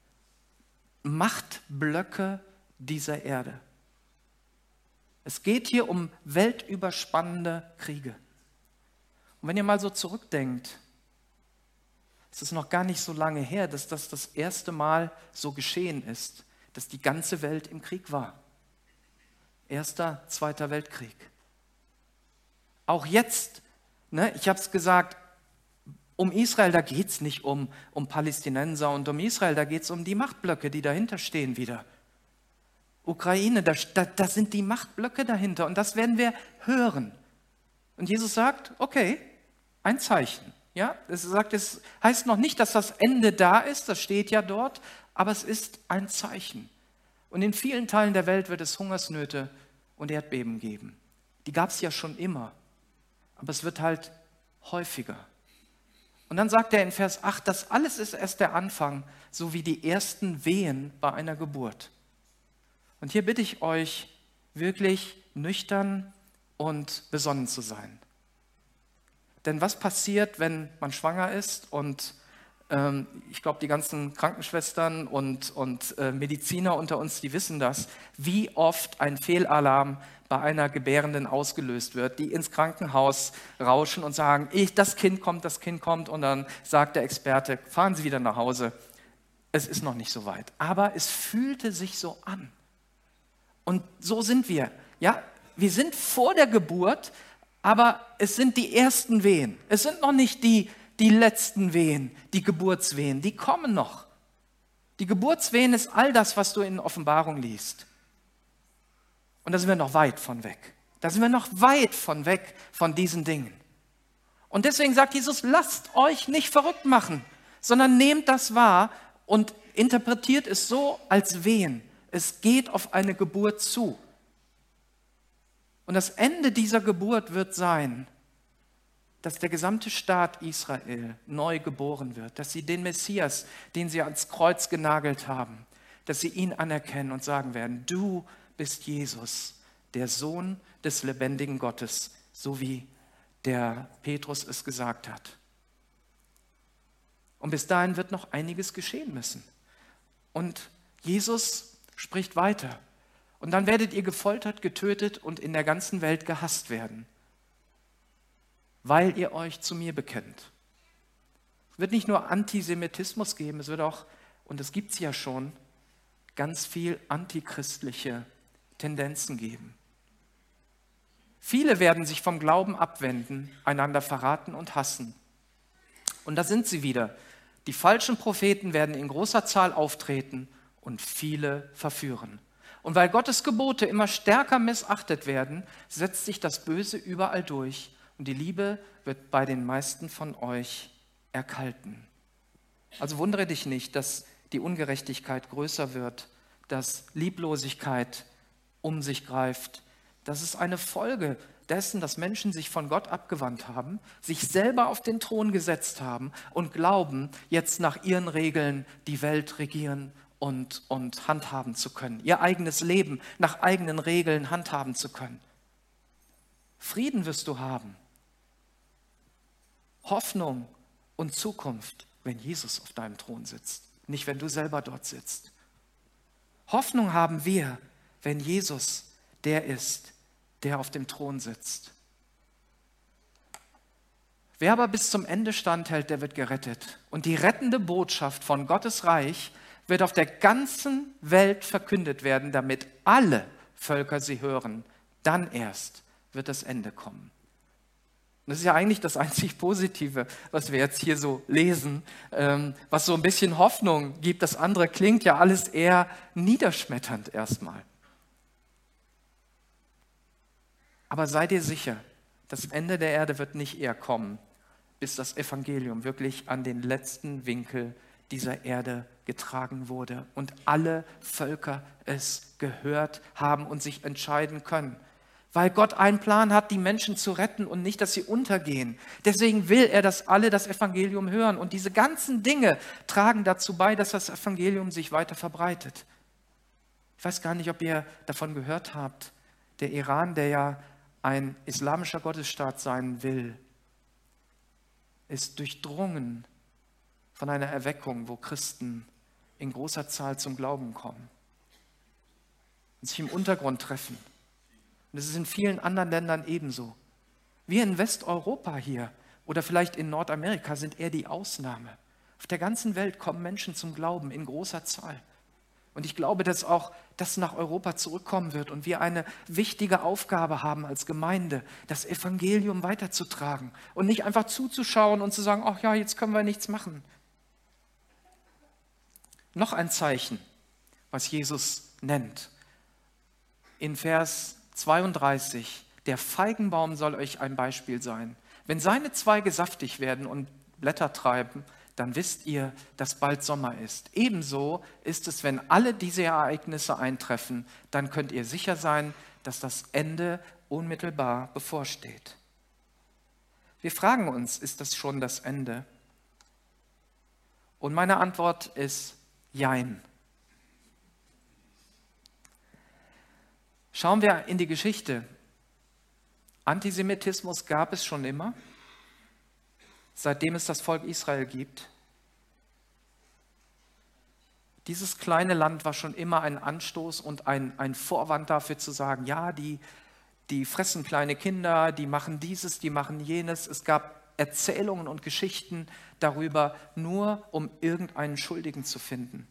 Machtblöcke dieser Erde. Es geht hier um weltüberspannende Kriege. Und wenn ihr mal so zurückdenkt, es ist noch gar nicht so lange her, dass das das erste Mal so geschehen ist, dass die ganze Welt im Krieg war. Erster, Zweiter Weltkrieg. Auch jetzt, ne, ich habe es gesagt, um Israel, da geht es nicht um, um Palästinenser und um Israel, da geht es um die Machtblöcke, die dahinter stehen wieder. Ukraine, da, da, da sind die Machtblöcke dahinter und das werden wir hören. Und Jesus sagt, okay, ein Zeichen. Ja, es sagt, es heißt noch nicht, dass das Ende da ist, das steht ja dort, aber es ist ein Zeichen. Und in vielen Teilen der Welt wird es Hungersnöte und Erdbeben geben. Die gab es ja schon immer, aber es wird halt häufiger. Und dann sagt er in Vers acht, das alles ist erst der Anfang, so wie die ersten Wehen bei einer Geburt. Und hier bitte ich euch, wirklich nüchtern und besonnen zu sein. Denn was passiert, wenn man schwanger ist und Ähm, ich glaube, die ganzen Krankenschwestern und, und äh, Mediziner unter uns, die wissen das, wie oft ein Fehlalarm bei einer Gebärenden ausgelöst wird, die ins Krankenhaus rauschen und sagen, ich, das Kind kommt, das Kind kommt, und dann sagt der Experte, fahren Sie wieder nach Hause. Es ist noch nicht so weit. Aber es fühlte sich so an. Und so sind wir. Ja, wir sind vor der Geburt, aber es sind die ersten Wehen. Es sind noch nicht die, die letzten Wehen, die Geburtswehen. Die kommen noch. Die Geburtswehen ist all das, was du in Offenbarung liest. Und da sind wir noch weit von weg. Da sind wir noch weit von weg von diesen Dingen. Und deswegen sagt Jesus, lasst euch nicht verrückt machen, sondern nehmt das wahr und interpretiert es so als Wehen. Es geht auf eine Geburt zu. Und das Ende dieser Geburt wird sein, dass der gesamte Staat Israel neu geboren wird, dass sie den Messias, den sie ans Kreuz genagelt haben, dass sie ihn anerkennen und sagen werden, du bist Jesus, der Sohn des lebendigen Gottes, so wie der Petrus es gesagt hat. Und bis dahin wird noch einiges geschehen müssen. Und Jesus spricht weiter. Und dann werdet ihr gefoltert, getötet und in der ganzen Welt gehasst werden, weil ihr euch zu mir bekennt. Es wird nicht nur Antisemitismus geben, es wird auch, und das gibt es ja schon, ganz viel antichristliche Tendenzen geben. Viele werden sich vom Glauben abwenden, einander verraten und hassen. Und da sind sie wieder. Die falschen Propheten werden in großer Zahl auftreten und viele verführen. Und weil Gottes Gebote immer stärker missachtet werden, setzt sich das Böse überall durch und die Liebe wird bei den meisten von euch erkalten. Also wundere dich nicht, dass die Ungerechtigkeit größer wird, dass Lieblosigkeit um sich greift. Das ist eine Folge dessen, dass Menschen sich von Gott abgewandt haben, sich selber auf den Thron gesetzt haben und glauben, jetzt nach ihren Regeln die Welt regieren und, und handhaben zu können, ihr eigenes Leben nach eigenen Regeln handhaben zu können. Frieden wirst du haben, Hoffnung und Zukunft, wenn Jesus auf deinem Thron sitzt, nicht wenn du selber dort sitzt. Hoffnung haben wir, wenn Jesus der ist, der auf dem Thron sitzt. Wer aber bis zum Ende standhält, der wird gerettet. Und die rettende Botschaft von Gottes Reich wird auf der ganzen Welt verkündet werden, damit alle Völker sie hören. Dann erst wird das Ende kommen. Und das ist ja eigentlich das einzig Positive, was wir jetzt hier so lesen, ähm, was so ein bisschen Hoffnung gibt. Das andere klingt ja alles eher niederschmetternd erstmal. Aber sei dir sicher, das Ende der Erde wird nicht eher kommen, bis das Evangelium wirklich an den letzten Winkel dieser Erde getragen wurde und alle Völker es gehört haben und sich entscheiden können. Weil Gott einen Plan hat, die Menschen zu retten und nicht, dass sie untergehen. Deswegen will er, dass alle das Evangelium hören. Und diese ganzen Dinge tragen dazu bei, dass das Evangelium sich weiter verbreitet. Ich weiß gar nicht, ob ihr davon gehört habt. Der Iran, der ja ein islamischer Gottesstaat sein will, ist durchdrungen von einer Erweckung, wo Christen in großer Zahl zum Glauben kommen und sich im Untergrund treffen. Und das ist in vielen anderen Ländern ebenso. Wir in Westeuropa hier oder vielleicht in Nordamerika sind eher die Ausnahme. Auf der ganzen Welt kommen Menschen zum Glauben in großer Zahl. Und ich glaube, dass auch das nach Europa zurückkommen wird und wir eine wichtige Aufgabe haben als Gemeinde, das Evangelium weiterzutragen und nicht einfach zuzuschauen und zu sagen, ach ja, jetzt können wir nichts machen. Noch ein Zeichen, was Jesus nennt. In Vers zweiunddreißig, der Feigenbaum soll euch ein Beispiel sein. Wenn seine Zweige saftig werden und Blätter treiben, dann wisst ihr, dass bald Sommer ist. Ebenso ist es, wenn alle diese Ereignisse eintreffen, dann könnt ihr sicher sein, dass das Ende unmittelbar bevorsteht. Wir fragen uns, ist das schon das Ende? Und meine Antwort ist Jein. Schauen wir in die Geschichte. Antisemitismus gab es schon immer, seitdem es das Volk Israel gibt. Dieses kleine Land war schon immer ein Anstoß und ein, ein Vorwand dafür zu sagen, ja, die, die fressen kleine Kinder, die machen dieses, die machen jenes. Es gab Erzählungen und Geschichten darüber, nur um irgendeinen Schuldigen zu finden.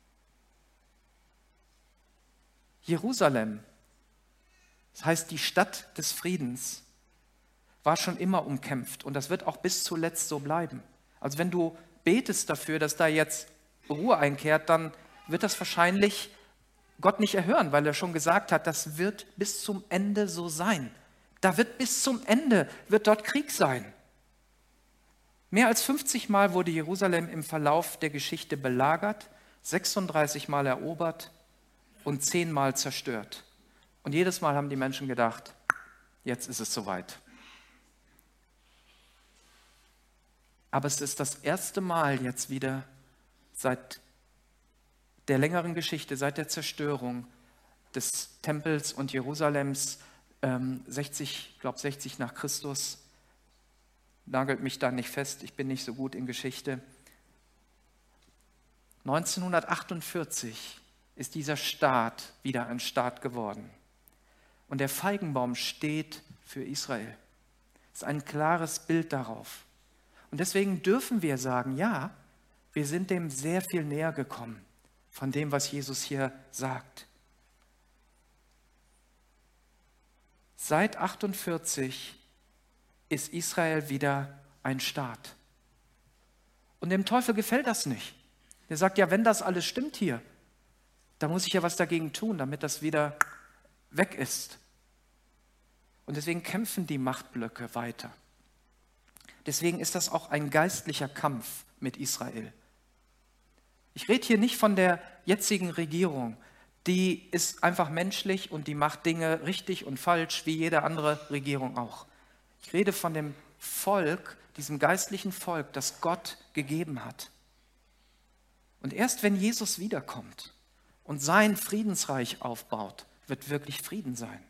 Jerusalem, das heißt die Stadt des Friedens, war schon immer umkämpft und das wird auch bis zuletzt so bleiben. Also wenn du betest dafür, dass da jetzt Ruhe einkehrt, dann wird das wahrscheinlich Gott nicht erhören, weil er schon gesagt hat, das wird bis zum Ende so sein. Da wird bis zum Ende, wird dort Krieg sein. Mehr als fünfzig Mal wurde Jerusalem im Verlauf der Geschichte belagert, sechsunddreißig Mal erobert und zehn Mal zerstört. Und jedes Mal haben die Menschen gedacht, jetzt ist es soweit. Aber es ist das erste Mal jetzt wieder seit der längeren Geschichte, seit der Zerstörung des Tempels und Jerusalems, ähm, sechzig, ich glaube sechzig nach Christus, nagelt mich da nicht fest, ich bin nicht so gut in Geschichte. neunzehnhundertachtundvierzig ist dieser Staat wieder ein Staat geworden. Und der Feigenbaum steht für Israel. Das ist ein klares Bild darauf. Und deswegen dürfen wir sagen, ja, wir sind dem sehr viel näher gekommen, von dem, was Jesus hier sagt. Seit achtundvierzig ist Israel wieder ein Staat. Und dem Teufel gefällt das nicht. Der sagt, ja, wenn das alles stimmt hier, da muss ich ja was dagegen tun, damit das wieder weg ist. Und deswegen kämpfen die Machtblöcke weiter. Deswegen ist das auch ein geistlicher Kampf mit Israel. Ich rede hier nicht von der jetzigen Regierung. Die ist einfach menschlich und die macht Dinge richtig und falsch, wie jede andere Regierung auch. Ich rede von dem Volk, diesem geistlichen Volk, das Gott gegeben hat. Und erst wenn Jesus wiederkommt und sein Friedensreich aufbaut, wird wirklich Frieden sein.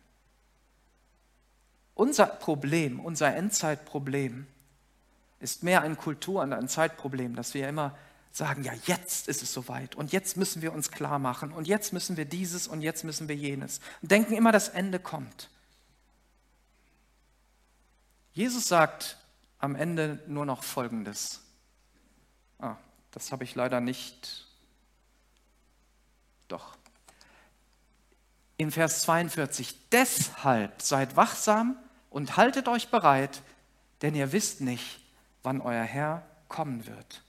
Unser Problem, unser Endzeitproblem ist mehr ein Kultur- und ein Zeitproblem, dass wir immer sagen, ja, jetzt ist es soweit und jetzt müssen wir uns klar machen und jetzt müssen wir dieses und jetzt müssen wir jenes. Und denken immer, das Ende kommt. Jesus sagt am Ende nur noch Folgendes. Ah, das habe ich leider nicht. Doch. In Vers zweiundvierzig. Deshalb seid wachsam und haltet euch bereit, denn ihr wisst nicht, wann euer Herr kommen wird.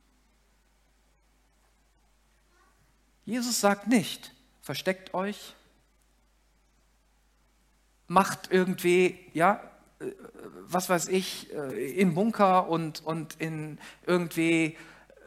Jesus sagt nicht, versteckt euch, macht irgendwie, ja, was weiß ich, im Bunker und, und in irgendwie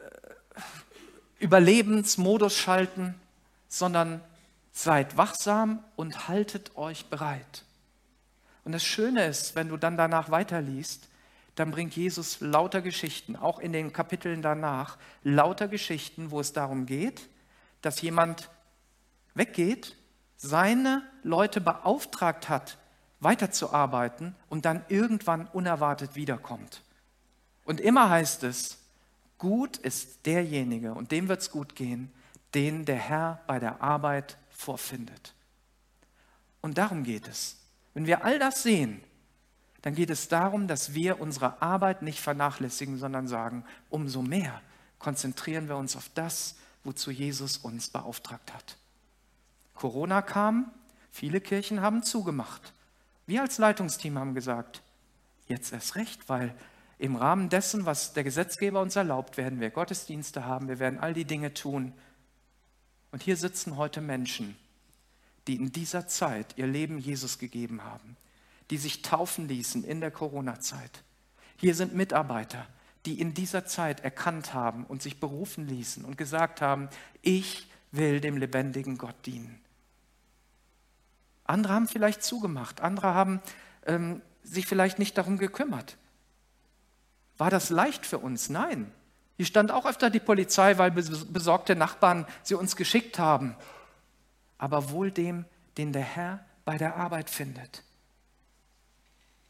Überlebensmodus schalten, sondern seid wachsam und haltet euch bereit. Und das Schöne ist, wenn du dann danach weiterliest, dann bringt Jesus lauter Geschichten, auch in den Kapiteln danach, lauter Geschichten, wo es darum geht, dass jemand weggeht, seine Leute beauftragt hat, weiterzuarbeiten und dann irgendwann unerwartet wiederkommt. Und immer heißt es, gut ist derjenige, und dem wird es gut gehen, den der Herr bei der Arbeit vorfindet. Und darum geht es. Wenn wir all das sehen, dann geht es darum, dass wir unsere Arbeit nicht vernachlässigen, sondern sagen, umso mehr konzentrieren wir uns auf das, wozu Jesus uns beauftragt hat. Corona kam, viele Kirchen haben zugemacht. Wir als Leitungsteam haben gesagt, jetzt erst recht, weil im Rahmen dessen, was der Gesetzgeber uns erlaubt, werden wir Gottesdienste haben, wir werden all die Dinge tun. Und hier sitzen heute Menschen, die in dieser Zeit ihr Leben Jesus gegeben haben, die sich taufen ließen in der Corona-Zeit. Hier sind Mitarbeiter, die in dieser Zeit erkannt haben und sich berufen ließen und gesagt haben, ich will dem lebendigen Gott dienen. Andere haben vielleicht zugemacht, andere haben ähm, sich vielleicht nicht darum gekümmert. War das leicht für uns? Nein. Hier stand auch öfter die Polizei, weil besorgte Nachbarn sie uns geschickt haben. Aber wohl dem, den der Herr bei der Arbeit findet.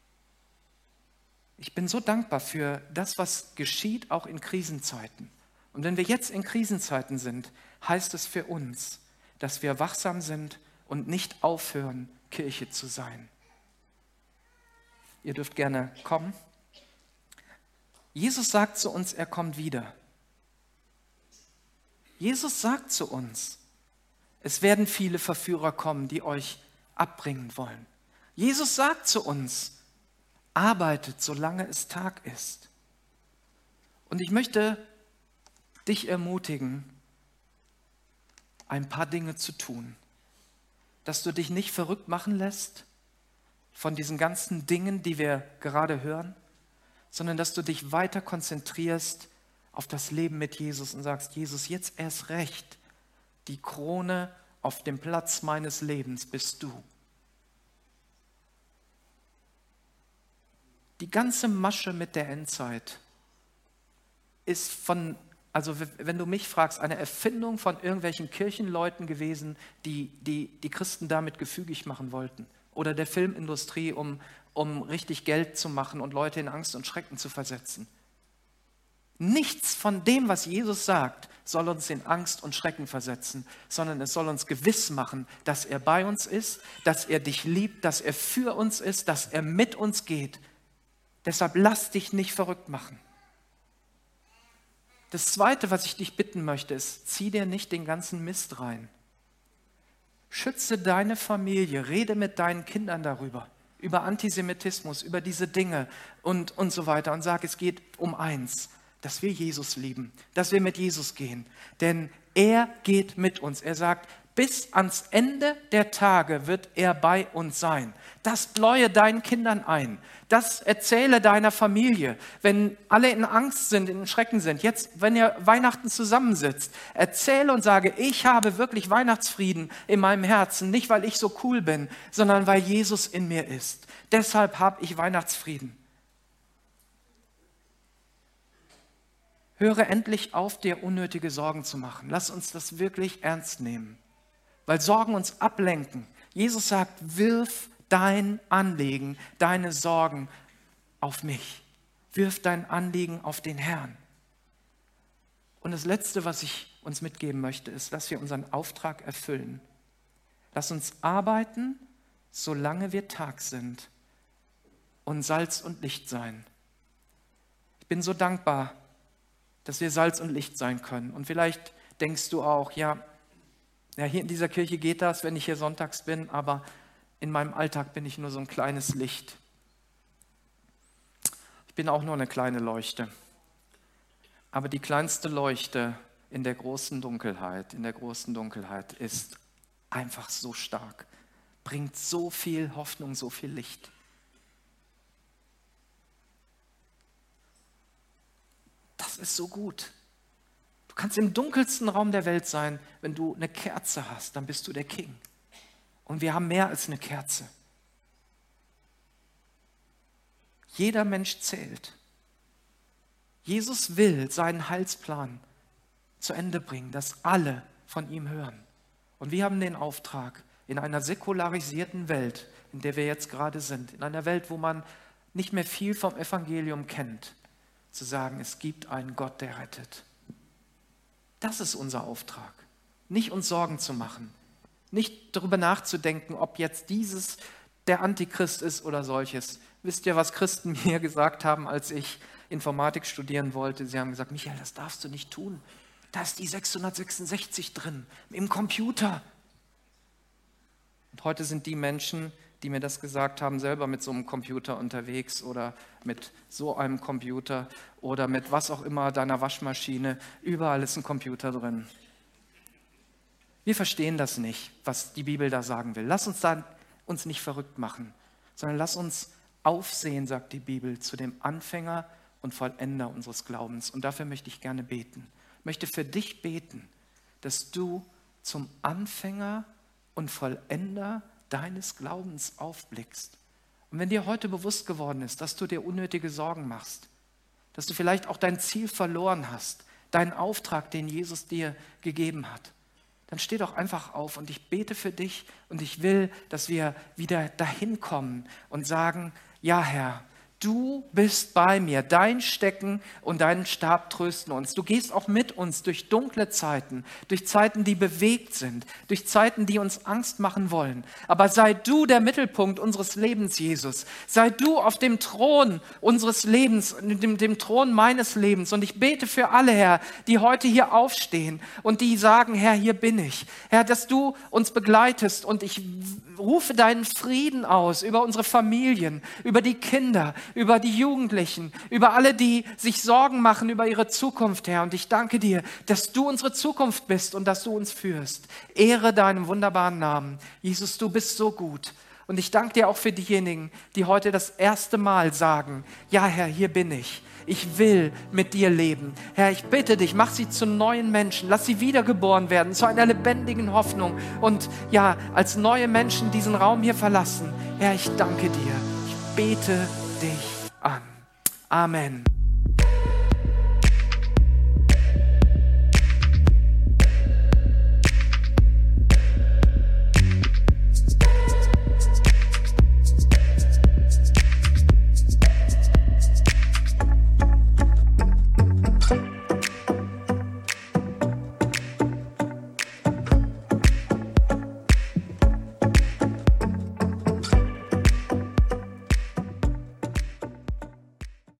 Ich bin so dankbar für das, was geschieht, auch in Krisenzeiten, Und wenn wir jetzt in Krisenzeiten sind, heißt es für uns, dass wir wachsam sind und nicht aufhören, Kirche zu sein. Ihr dürft gerne kommen. Jesus sagt zu uns, er kommt wieder. Jesus sagt zu uns, es werden viele Verführer kommen, die euch abbringen wollen. Jesus sagt zu uns, arbeitet, solange es Tag ist. Und ich möchte dich ermutigen, ein paar Dinge zu tun, dass du dich nicht verrückt machen lässt von diesen ganzen Dingen, die wir gerade hören, sondern dass du dich weiter konzentrierst auf das Leben mit Jesus und sagst, Jesus, jetzt erst recht, die Krone auf dem Platz meines Lebens bist du. Die ganze Masche mit der Endzeit ist von, also wenn du mich fragst, eine Erfindung von irgendwelchen Kirchenleuten gewesen, die die, die Christen damit gefügig machen wollten. Oder der Filmindustrie, um, um richtig Geld zu machen und Leute in Angst und Schrecken zu versetzen. Nichts von dem, was Jesus sagt, soll uns in Angst und Schrecken versetzen, sondern es soll uns gewiss machen, dass er bei uns ist, dass er dich liebt, dass er für uns ist, dass er mit uns geht. Deshalb lass dich nicht verrückt machen. Das Zweite, was ich dich bitten möchte, ist, zieh dir nicht den ganzen Mist rein. Schütze deine Familie, rede mit deinen Kindern darüber, über Antisemitismus, über diese Dinge und, und so weiter und sag, es geht um eins, dass wir Jesus lieben, dass wir mit Jesus gehen, denn er geht mit uns. Er sagt, bis ans Ende der Tage wird er bei uns sein. Das bläue deinen Kindern ein. Das erzähle deiner Familie. Wenn alle in Angst sind, in Schrecken sind, jetzt, wenn ihr Weihnachten zusammensitzt, erzähle und sage, ich habe wirklich Weihnachtsfrieden in meinem Herzen. Nicht, weil ich so cool bin, sondern weil Jesus in mir ist. Deshalb habe ich Weihnachtsfrieden. Höre endlich auf, dir unnötige Sorgen zu machen. Lass uns das wirklich ernst nehmen. Weil Sorgen uns ablenken. Jesus sagt, wirf dein Anliegen, deine Sorgen auf mich. Wirf dein Anliegen auf den Herrn. Und das Letzte, was ich uns mitgeben möchte, ist, dass wir unseren Auftrag erfüllen. Lass uns arbeiten, solange wir Tag sind und Salz und Licht sein. Ich bin so dankbar, dass wir Salz und Licht sein können. Und vielleicht denkst du auch, ja, Ja, hier in dieser Kirche geht das, wenn ich hier sonntags bin, aber in meinem Alltag bin ich nur so ein kleines Licht. Ich bin auch nur eine kleine Leuchte. Aber die kleinste Leuchte in der großen Dunkelheit, in der großen Dunkelheit ist einfach so stark, bringt so viel Hoffnung, so viel Licht. Das ist so gut. Du kannst im dunkelsten Raum der Welt sein, wenn du eine Kerze hast, dann bist du der King. Und wir haben mehr als eine Kerze. Jeder Mensch zählt. Jesus will seinen Heilsplan zu Ende bringen, dass alle von ihm hören. Und wir haben den Auftrag, in einer säkularisierten Welt, in der wir jetzt gerade sind, in einer Welt, wo man nicht mehr viel vom Evangelium kennt, zu sagen, es gibt einen Gott, der rettet. Das ist unser Auftrag. Nicht uns Sorgen zu machen. Nicht darüber nachzudenken, ob jetzt dieses der Antichrist ist oder solches. Wisst ihr, was Christen mir gesagt haben, als ich Informatik studieren wollte? Sie haben gesagt, Michael, das darfst du nicht tun. Da ist die sechshundertsechsundsechzig drin, im Computer. Und heute sind die Menschen, die mir das gesagt haben, selber mit so einem Computer unterwegs oder mit so einem Computer oder mit was auch immer, deiner Waschmaschine. Überall ist ein Computer drin. Wir verstehen das nicht, was die Bibel da sagen will. Lass uns da uns nicht verrückt machen, sondern lass uns aufsehen, sagt die Bibel, zu dem Anfänger und Vollender unseres Glaubens. Und dafür möchte ich gerne beten. Ich möchte für dich beten, dass du zum Anfänger und Vollender deines Glaubens aufblickst. Und wenn dir heute bewusst geworden ist, dass du dir unnötige Sorgen machst, dass du vielleicht auch dein Ziel verloren hast, deinen Auftrag, den Jesus dir gegeben hat, dann steh doch einfach auf und ich bete für dich und ich will, dass wir wieder dahin kommen und sagen, ja Herr, du bist bei mir, dein Stecken und deinen Stab trösten uns. Du gehst auch mit uns durch dunkle Zeiten, durch Zeiten, die bewegt sind, durch Zeiten, die uns Angst machen wollen. Aber sei du der Mittelpunkt unseres Lebens, Jesus. Sei du auf dem Thron unseres Lebens, dem, dem Thron meines Lebens. Und ich bete für alle, Herr, die heute hier aufstehen und die sagen, Herr, hier bin ich. Herr, dass du uns begleitest und ich rufe deinen Frieden aus über unsere Familien, über die Kinder, über die Jugendlichen, über alle, die sich Sorgen machen über ihre Zukunft, Herr. Und ich danke dir, dass du unsere Zukunft bist und dass du uns führst. Ehre deinem wunderbaren Namen. Jesus, du bist so gut. Und ich danke dir auch für diejenigen, die heute das erste Mal sagen, ja Herr, hier bin ich. Ich will mit dir leben. Herr, ich bitte dich, mach sie zu neuen Menschen. Lass sie wiedergeboren werden, zu einer lebendigen Hoffnung. Und ja, als neue Menschen diesen Raum hier verlassen. Herr, ich danke dir. Ich bete dich an. Amen.